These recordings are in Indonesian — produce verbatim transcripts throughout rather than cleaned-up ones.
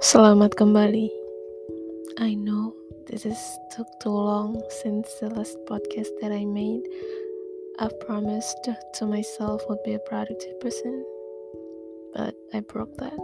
Selamat kembali. I know this is took too long since the last podcast that I made. I've promised to myself would be a productive person, but I broke that.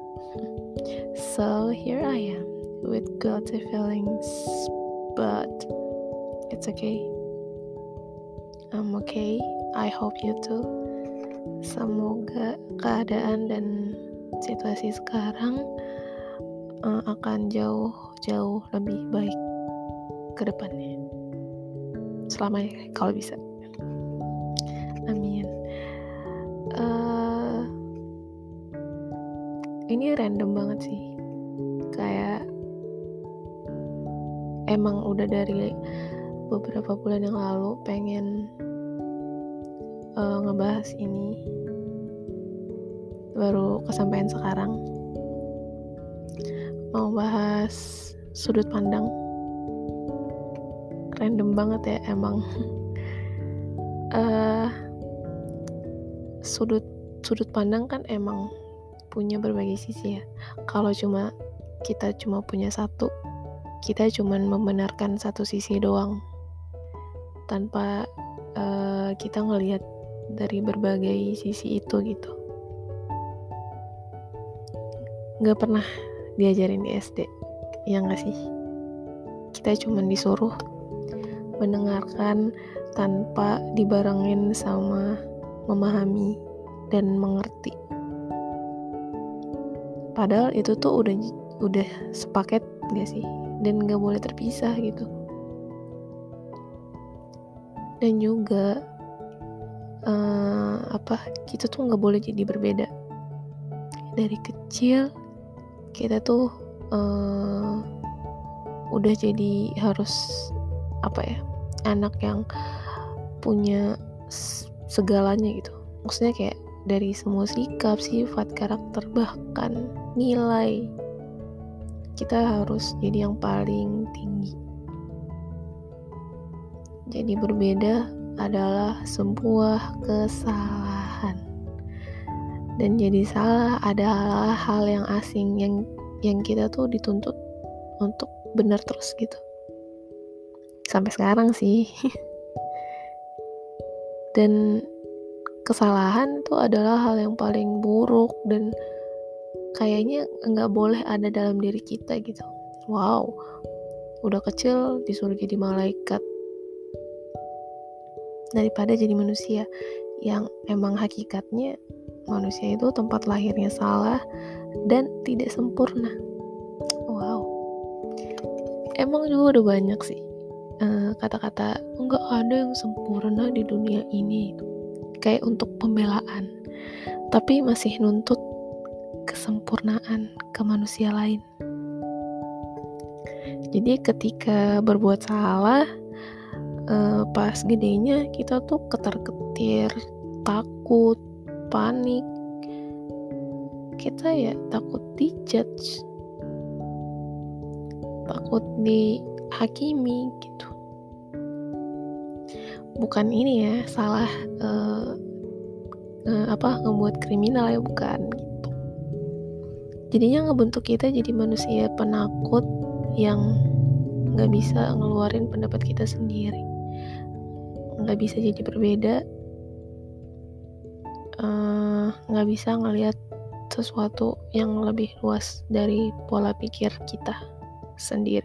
So here I am with guilty feelings, but it's okay. I'm okay. I hope you too. Semoga keadaan dan situasi sekarang uh, akan jauh-jauh lebih baik ke depannya. Selamanya kalau bisa. Amin. Uh, ini random banget sih. Kayak emang udah dari beberapa bulan yang lalu pengen uh, ngebahas ini. Baru kesampaian sekarang. Mau bahas sudut pandang. Random banget ya emang. uh, sudut sudut pandang kan emang punya berbagai sisi ya. Kalau cuma kita cuma punya satu, kita cuma membenarkan satu sisi doang, tanpa uh, kita ngelihat dari berbagai sisi itu gitu. Nggak pernah diajarin di S D, ya nggak sih? Kita cuma disuruh mendengarkan tanpa dibarengin sama memahami dan mengerti. Padahal itu tuh udah udah sepaket nggak sih? Dan nggak boleh terpisah gitu. Dan juga uh, apa? Kita tuh nggak boleh jadi berbeda. Dari kecil kita tuh uh, udah jadi harus apa ya, anak yang punya segalanya gitu. Maksudnya kayak dari semua sikap, sifat, karakter, bahkan nilai, kita harus jadi yang paling tinggi. Jadi berbeda adalah sebuah kesalahan. Dan jadi salah adalah hal yang asing yang yang kita tuh dituntut untuk benar terus gitu. Sampai sekarang sih. Dan kesalahan itu adalah hal yang paling buruk dan kayaknya nggak boleh ada dalam diri kita gitu. Wow, udah kecil disuruh jadi malaikat daripada jadi manusia yang emang hakikatnya manusia itu tempat lahirnya salah dan tidak sempurna. Wow. Emang juga udah banyak sih uh, kata-kata enggak ada yang sempurna di dunia ini. Kayak untuk pembelaan. Tapi masih nuntut kesempurnaan ke manusia lain. Jadi ketika berbuat salah, uh, pas gedenya kita tuh ketar-ketir, takut, panik, kita ya takut dijudge, takut dihakimi gitu. Bukan ini ya salah uh, uh, apa ngebuat kriminal ya, bukan gitu. Jadinya ngebentuk kita jadi manusia penakut yang nggak bisa ngeluarin pendapat kita sendiri, nggak bisa jadi berbeda. Nggak uh, bisa ngelihat sesuatu yang lebih luas dari pola pikir kita sendiri.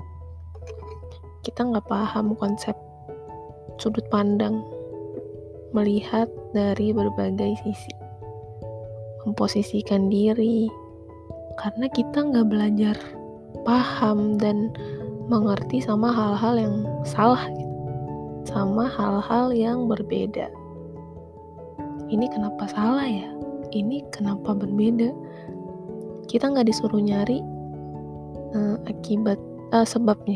Kita nggak paham konsep sudut pandang, melihat dari berbagai sisi, memposisikan diri, karena kita nggak belajar paham dan mengerti sama hal-hal yang salah gitu, sama hal-hal yang berbeda. Ini kenapa salah ya? Ini kenapa berbeda? Kita nggak disuruh nyari uh, akibat uh, sebabnya,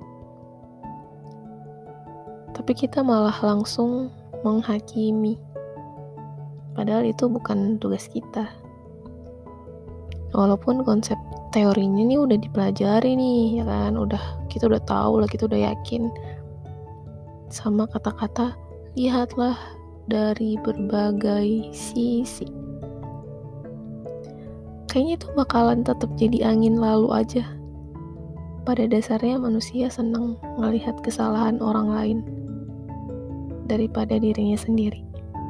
tapi kita malah langsung menghakimi. Padahal itu bukan tugas kita. Walaupun konsep teorinya nih udah dipelajari nih, ya kan? Udah kita udah tahu lah, kita udah yakin sama kata-kata lihatlah dari berbagai sisi. kayaknya itu bakalan tetap jadi angin lalu aja. Pada dasarnya manusia senang melihat kesalahan orang lain daripada dirinya sendiri.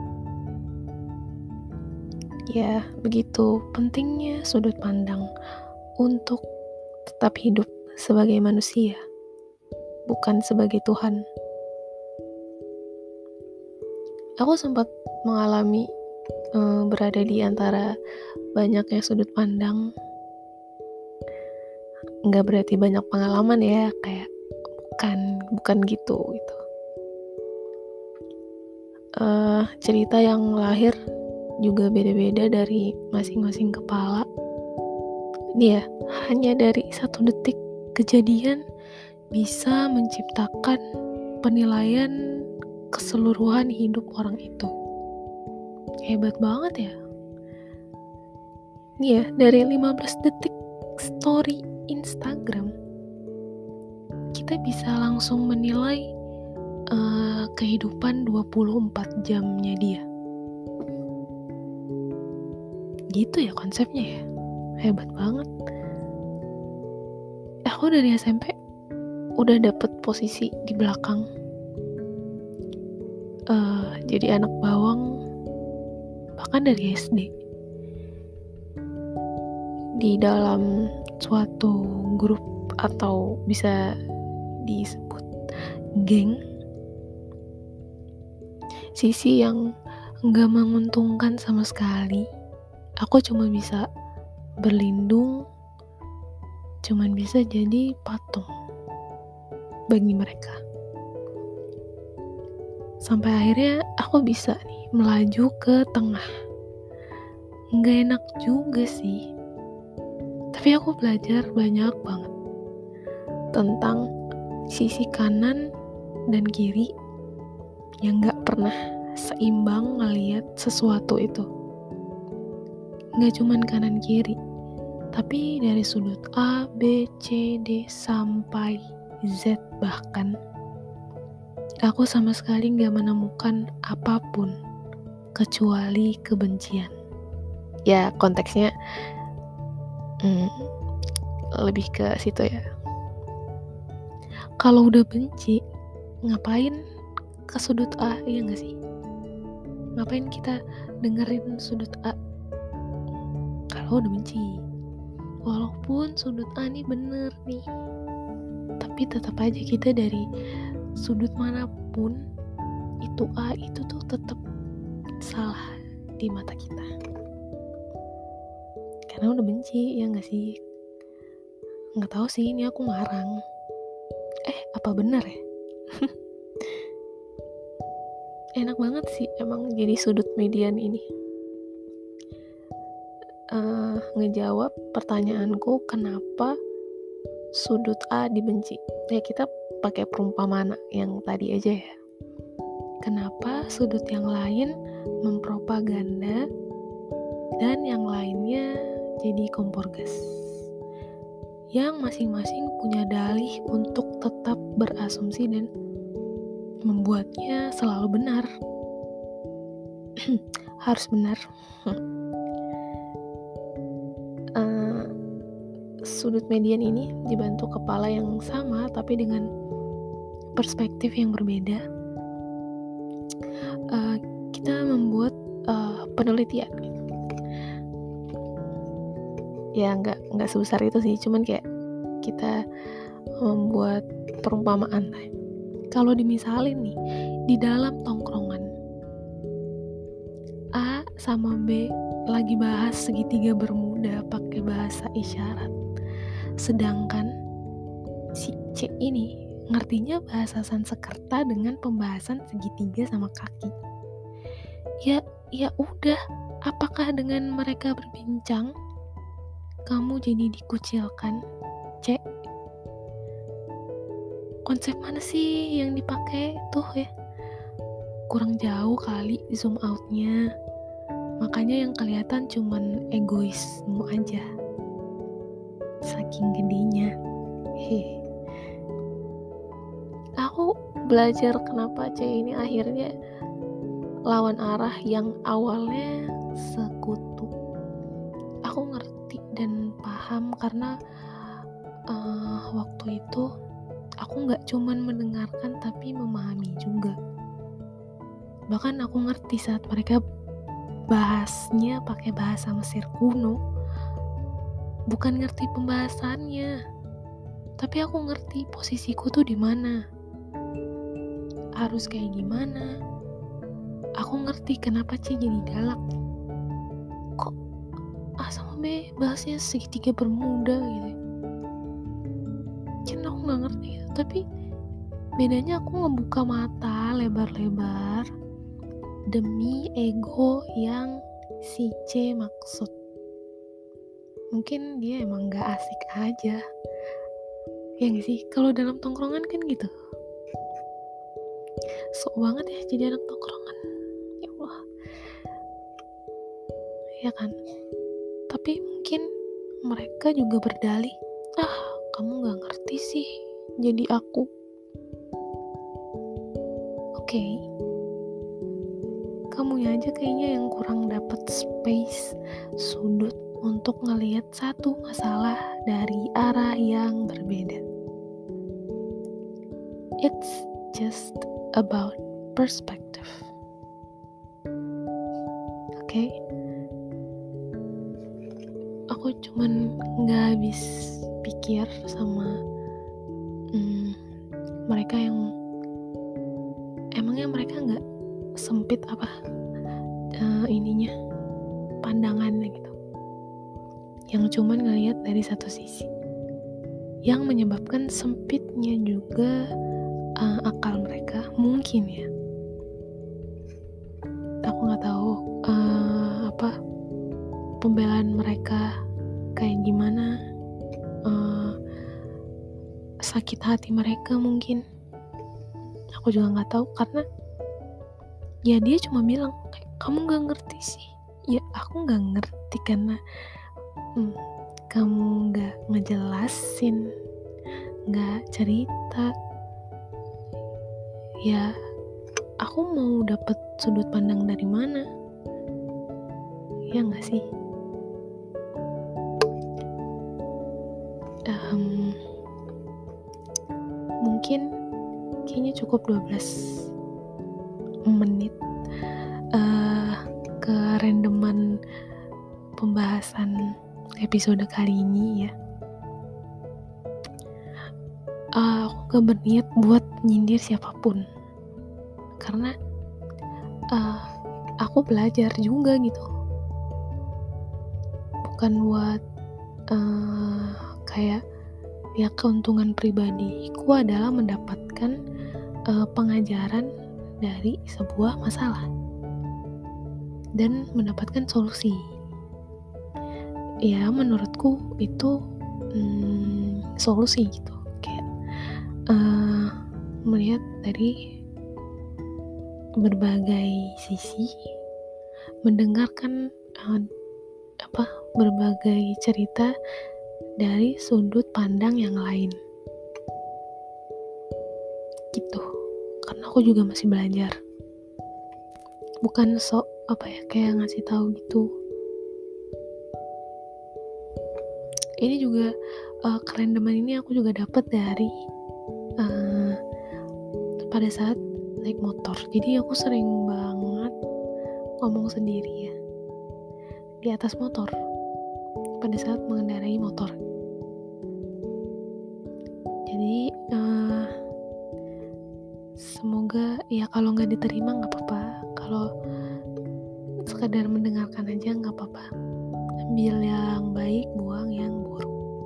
Ya, begitu pentingnya sudut pandang untuk tetap hidup sebagai manusia, bukan sebagai Tuhan. Aku sempat mengalami eh, berada di antara banyaknya sudut pandang. Nggak berarti banyak pengalaman ya, kayak bukan bukan gitu gitu. Uh, cerita yang lahir juga beda-beda dari masing-masing kepala. Ini ya, hanya dari satu detik kejadian bisa menciptakan penilaian keseluruhan hidup orang itu. Hebat banget ya. Ini ya, dari lima belas detik story Instagram, kita bisa langsung menilai uh, kehidupan dua puluh empat jamnya dia. Gitu ya konsepnya ya. Hebat banget. Aku dari S M P udah dapet posisi di belakang. Uh, jadi anak bawang, bahkan dari S D. Di dalam suatu grup atau bisa disebut geng, sisi yang gak menguntungkan sama sekali. Aku cuma bisa berlindung, cuma bisa jadi patung bagi mereka. Sampai akhirnya aku bisa nih melaju ke tengah. Gak enak juga sih, tapi aku belajar banyak banget tentang sisi kanan dan kiri yang gak pernah seimbang ngeliat sesuatu itu. Gak cuman kanan kiri, tapi dari sudut A, B, C, D, sampai Z bahkan. Aku sama sekali gak menemukan apapun kecuali kebencian. Ya konteksnya hmm, lebih ke situ ya. Kalau udah benci, ngapain ke sudut A, iya gak sih? Ngapain kita dengerin sudut A kalau udah benci? Walaupun sudut A nih bener nih, tapi tetap aja kita dari sudut manapun itu A itu tuh tetap salah di mata kita, karena udah benci, ya gak sih? Gak tahu sih, ini aku ngarang. Eh, apa benar ya? Enak banget sih emang jadi sudut median ini. Uh, ngejawab pertanyaanku kenapa sudut A dibenci. Ya kita pakai perumpamaan yang tadi aja ya. Kenapa sudut yang lain mempropaganda dan yang lainnya jadi kompor gas, yang masing-masing punya dalih untuk tetap berasumsi dan membuatnya selalu benar. Harus benar. uh, Sudut median ini dibantu kepala yang sama tapi dengan perspektif yang berbeda. Uh, kita membuat uh, penelitian. Ya nggak nggak sebesar itu sih, cuman kayak kita membuat perumpamaan. Kalau dimisalin nih, di dalam tongkrongan A sama B lagi bahas segitiga bermuda pakai bahasa isyarat, sedangkan si C ini ngertinya bahasa Sanskerta dengan pembahasan segitiga sama kaki. Ya, ya udah, apakah dengan mereka berbincang kamu jadi dikucilkan, C? Konsep mana sih yang dipakai tuh ya? Kurang jauh kali zoom outnya. Makanya yang kelihatan cuman egoismu aja. Saking gedenya. Hehe. Aku belajar kenapa C ini akhirnya lawan arah yang awalnya sekutu. Aku ngerti dan paham karena uh, waktu itu aku nggak cuman mendengarkan tapi memahami juga. Bahkan aku ngerti saat mereka bahasnya pakai bahasa Mesir kuno. Bukan ngerti pembahasannya, tapi aku ngerti posisiku tuh di mana, harus kayak gimana. Aku ngerti kenapa C jadi galak. Kok A sama B bahasnya segitiga bermuda gitu. Kan aku nggak ngerti gitu. Tapi bedanya aku ngebuka mata lebar-lebar demi ego yang si C maksud. Mungkin dia emang gak asik aja. Ya gak sih? Kalau dalam tongkrongan kan gitu. Sok banget ya jadi anak tongkrongan. Ya Allah. Ya kan? Tapi mungkin mereka juga berdalih, ah kamu gak ngerti sih jadi aku. Oke okay. Kamunya aja kayaknya yang kurang dapet space, sudut untuk ngelihat satu masalah dari arah yang berbeda. It's just about perspective. Oke, okay? Aku cuman nggak habis pikir sama hmm, mereka yang emangnya mereka nggak sempit apa uh, ininya pandangannya gitu, yang cuman ngelihat dari satu sisi, yang menyebabkan sempitnya juga uh, akal mereka mungkin ya. Aku nggak tahu uh, apa pembelaan mereka kayak gimana, uh, sakit hati mereka mungkin. Aku juga nggak tahu karena ya dia cuma bilang kayak kamu nggak ngerti sih. Ya aku nggak ngerti karena hmm, kamu nggak ngejelasin, nggak cerita. Ya aku mau dapet sudut pandang dari mana? Ya nggak sih? Um, mungkin kayaknya cukup dua belas menit uh, kerandoman pembahasan episode kali ini ya. Uh, aku gak berniat buat nyindir siapapun karena uh, aku belajar juga gitu, bukan buat uh, kayak ya keuntungan pribadiku adalah mendapatkan uh, pengajaran dari sebuah masalah dan mendapatkan solusi. Ya menurutku itu hmm, solusi gitu, kayak uh, melihat dari berbagai sisi, mendengarkan uh, apa berbagai cerita dari sudut pandang yang lain gitu. Karena aku juga masih belajar, bukan sok apa ya kayak ngasih tahu gitu. Ini juga uh, kerandoman ini aku juga dapat dari uh, pada saat naik motor. Jadi aku sering banget ngomong sendiri ya di atas motor pada saat mengendarai motor. Jadi uh, semoga ya kalau nggak diterima nggak apa-apa, kalau sekadar mendengarkan aja nggak apa-apa. Ambil yang baik, buang yang buruk.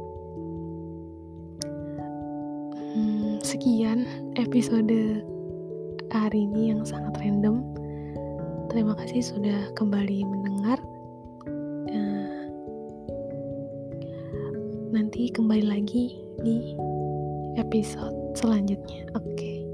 Hmm, sekian episode hari ini yang sangat random. Terima kasih sudah kembali mendengar. Uh, nanti kembali lagi di episode selanjutnya. Oke. Okay.